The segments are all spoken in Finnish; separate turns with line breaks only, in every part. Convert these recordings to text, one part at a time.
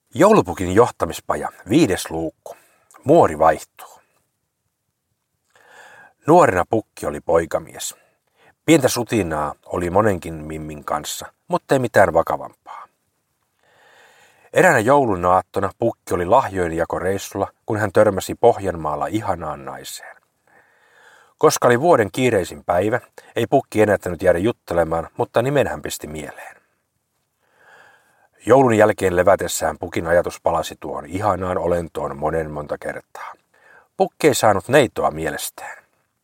Joulupukin johtamispaja, 5. luukku. Muori vaihtuu. Nuorena Pukki oli poikamies. Pientä sutinaa oli monenkin mimmin kanssa, mutta ei mitään vakavampaa. Eräänä joulun aattona Pukki oli lahjojenjakoreissulla, kun hän törmäsi Pohjanmaalla ihanaan naiseen. Koska oli vuoden kiireisin päivä, ei Pukki ennättänyt jäädä juttelemaan, mutta nimen hän pisti mieleen. Joulun jälkeen levätessään Pukin ajatus palasi tuohon ihanaan olentoon monta kertaa. Pukki ei saanut neitoa mielestään.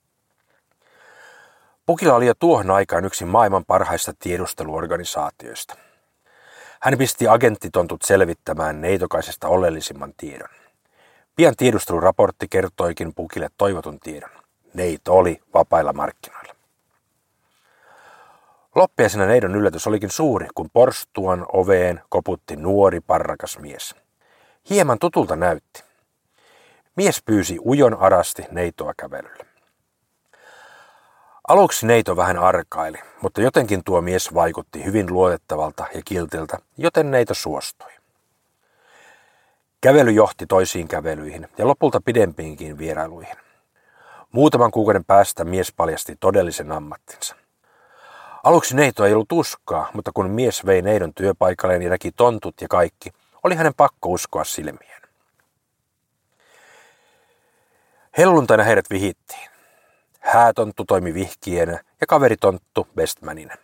Pukilla oli jo tuohon aikaan yksi maailman parhaista tiedusteluorganisaatioista. Hän pisti agenttitontut selvittämään neitokaisesta oleellisimman tiedon. Pian tiedusteluraportti kertoikin Pukille toivotun tiedon. Neito oli vapailla markkinoilla. Loppiaisena neidon yllätys olikin suuri, kun porstuan oveen koputti nuori parrakas mies. Hieman tutulta näytti. Mies pyysi ujon arasti neitoa kävelylle. Aluksi neito vähän arkaili, mutta jotenkin tuo mies vaikutti hyvin luotettavalta ja kiltiltä, joten neito suostui. Kävely johti toisiin kävelyihin ja lopulta pidempiinkin vierailuihin. Muutaman kuukauden päästä mies paljasti todellisen ammattinsa. Aluksi neito ei ollut uskaa, mutta kun mies vei neidon työpaikalleen ja näki tontut ja kaikki, oli hänen pakko uskoa silmiään. Helluntaina heidät vihittiin. Häätonttu toimi vihkienä ja kaveritonttu bestmanina.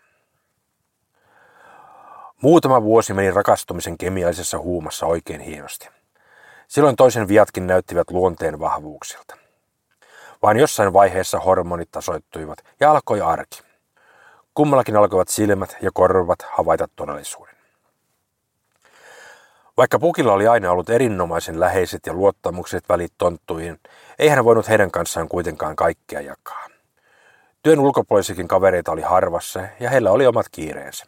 Muutama vuosi meni rakastumisen kemiallisessa huumassa oikein hienosti. Silloin toisen viatkin näyttivät luonteen vahvuuksilta. Vain jossain vaiheessa hormonit tasoittuivat ja alkoi arki. Kummallakin alkoivat silmät ja korvat havaita todellisuuden. Vaikka Pukilla oli aina ollut erinomaisen läheiset ja luottamukset välit tonttuihin, ei hän voinut heidän kanssaan kuitenkaan kaikkea jakaa. Työn ulkopuolisikin kavereita oli harvassa ja heillä oli omat kiireensä.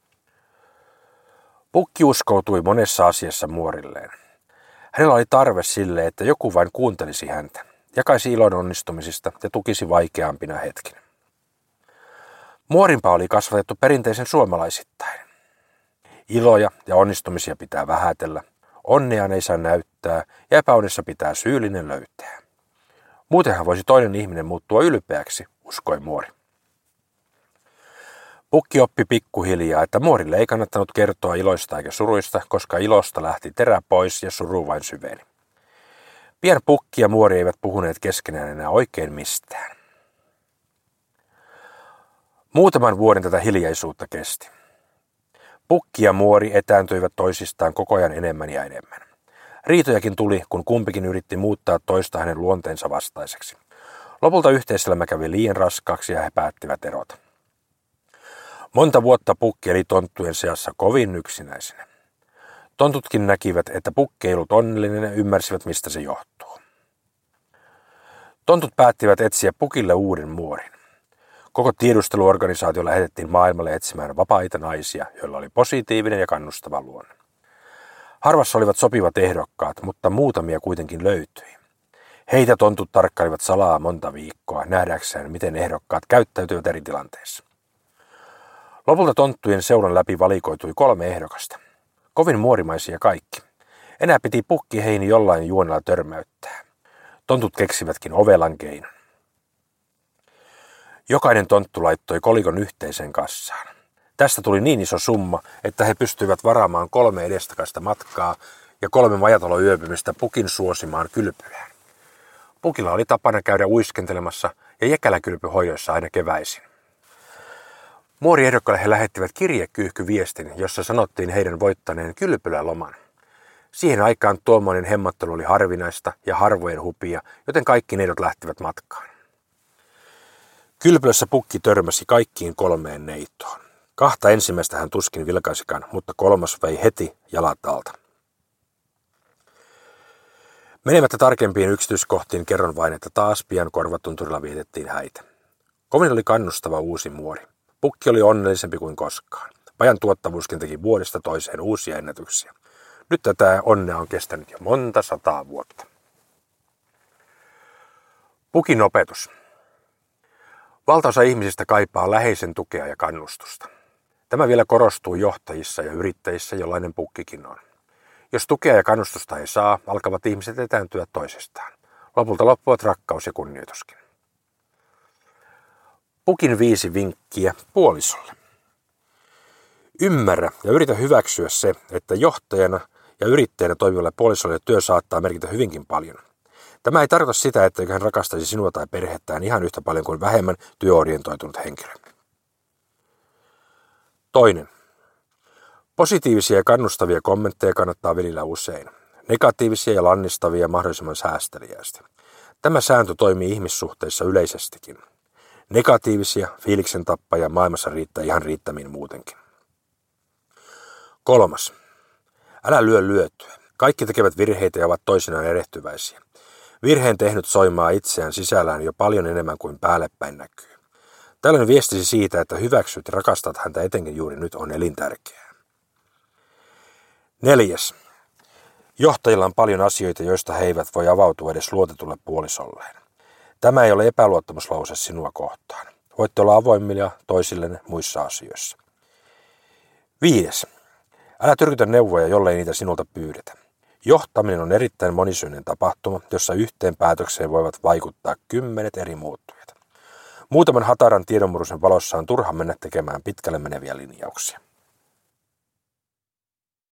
Pukki uskoutui monessa asiassa muorilleen. Hänellä oli tarve sille, että joku vain kuuntelisi häntä, jakaisi ilon onnistumisista ja tukisi vaikeampina hetkinä. Muorinpaa oli kasvatettu perinteisen suomalaisittain. Iloja ja onnistumisia pitää vähätellä, onneaan ei saa näyttää ja epäonnissa pitää syyllinen löytää. Muutenhan voisi toinen ihminen muuttua ylpeäksi, uskoi muori. Pukki oppi pikkuhiljaa, että muorille ei kannattanut kertoa iloista eikä suruista, koska ilosta lähti terä pois ja suru vain syveni. Pian Pukki ja muori eivät puhuneet keskenään enää oikein mistään. Muutaman vuoden tätä hiljaisuutta kesti. Pukki ja muori etääntyivät toisistaan koko ajan enemmän ja enemmän. Riitojakin tuli, kun kumpikin yritti muuttaa toista hänen luonteensa vastaiseksi. Lopulta yhteiselämä kävi liian raskaaksi ja he päättivät erota. Monta vuotta Pukki eli tonttujen seassa kovin yksinäisenä. Tontutkin näkivät, että Pukki ei ollut onnellinen ja ymmärsivät, mistä se johtuu. Tontut päättivät etsiä Pukille uuden muorin. Koko tiedusteluorganisaatio lähetettiin maailmalle etsimään vapaita naisia, joilla oli positiivinen ja kannustava luonne. Harvassa olivat sopivat ehdokkaat, mutta muutamia kuitenkin löytyi. Heitä tontut tarkkailivat salaa monta viikkoa nähdäkseen, miten ehdokkaat käyttäytyivät eri tilanteissa. Lopulta tonttujen seuran läpi valikoitui 3 ehdokasta. Kovin muorimaisia kaikki. Enää piti Pukki heihin jollain juonella törmäyttää. Tontut keksivätkin ovelan keinon. Jokainen tonttu laittoi kolikon yhteiseen kassaan. Tästä tuli niin iso summa, että he pystyivät varaamaan 3 edestakaista matkaa ja 3 majataloyöpymistä Pukin suosimaan kylpyään. Pukilla oli tapana käydä uiskentelemassa ja jekäläkylpyhoidoissa aina keväisin. Muoriehdokkaille he lähettivät kirjekyyhkyviestin, jossa sanottiin heidän voittaneen kylpyläloman. Siihen aikaan tuommoinen hemmattelu oli harvinaista ja harvojen hupia, joten kaikki neidot lähtivät matkaan. Kylpylössä Pukki törmäsi kaikkiin 3 neitoon. 2 ensimmäistä hän tuskin vilkaisikaan, mutta 3. vei heti jalat alta. Menemättä tarkempiin yksityiskohtiin kerron vain, että taas pian korvatunturilla vietettiin häitä. Kovin oli kannustava uusi muori. Pukki oli onnellisempi kuin koskaan. Pajan tuottavuuskin teki vuodesta toiseen uusia ennätyksiä. Nyt tätä onnea on kestänyt jo monta 100 vuotta. Pukin opetus. Valtaosa ihmisistä kaipaa läheisen tukea ja kannustusta. Tämä vielä korostuu johtajissa ja yrittäjissä, jollainen Pukkikin on. Jos tukea ja kannustusta ei saa, alkavat ihmiset etääntyä toisestaan. Lopulta loppuvat rakkaus ja kunnioituskin. Pukin 5 vinkkiä puolisolle. Ymmärrä ja yritä hyväksyä se, että johtajana ja yrittäjänä toimivalle puolisolle työ saattaa merkitä hyvinkin paljon. Tämä ei tarkoita sitä, etteikö hän rakastaisi sinua tai perhettään ihan yhtä paljon kuin vähemmän työorientoitunut henkilö. 2. Positiivisia ja kannustavia kommentteja kannattaa välillä usein. Negatiivisia ja lannistavia mahdollisimman säästeliästi. Tämä sääntö toimii ihmissuhteissa yleisestikin. Negatiivisia fiiliksen tappajia maailmassa riittää ihan riittämiin muutenkin. 3. Älä lyö lyötyä. Kaikki tekevät virheitä ja ovat toisinaan erehtyväisiä. Virheen tehnyt soimaa itseään sisällään jo paljon enemmän kuin päällepäin näkyy. Tällöin viestisi siitä, että hyväksyt ja rakastat häntä etenkin juuri nyt on elintärkeää. 4. Johtajilla on paljon asioita, joista he eivät voi avautua edes luotetulle puolisolleen. Tämä ei ole epäluottamuslause sinua kohtaan. Voitte olla avoimia toisillenne muissa asioissa. 5. Älä tyrkytä neuvoja, jollei niitä sinulta pyydetä. Johtaminen on erittäin monisyinen tapahtuma, jossa yhteen päätökseen voivat vaikuttaa 10 eri muuttujat. Muutaman hataran tiedonmurusen valossa on turha mennä tekemään pitkälle meneviä linjauksia.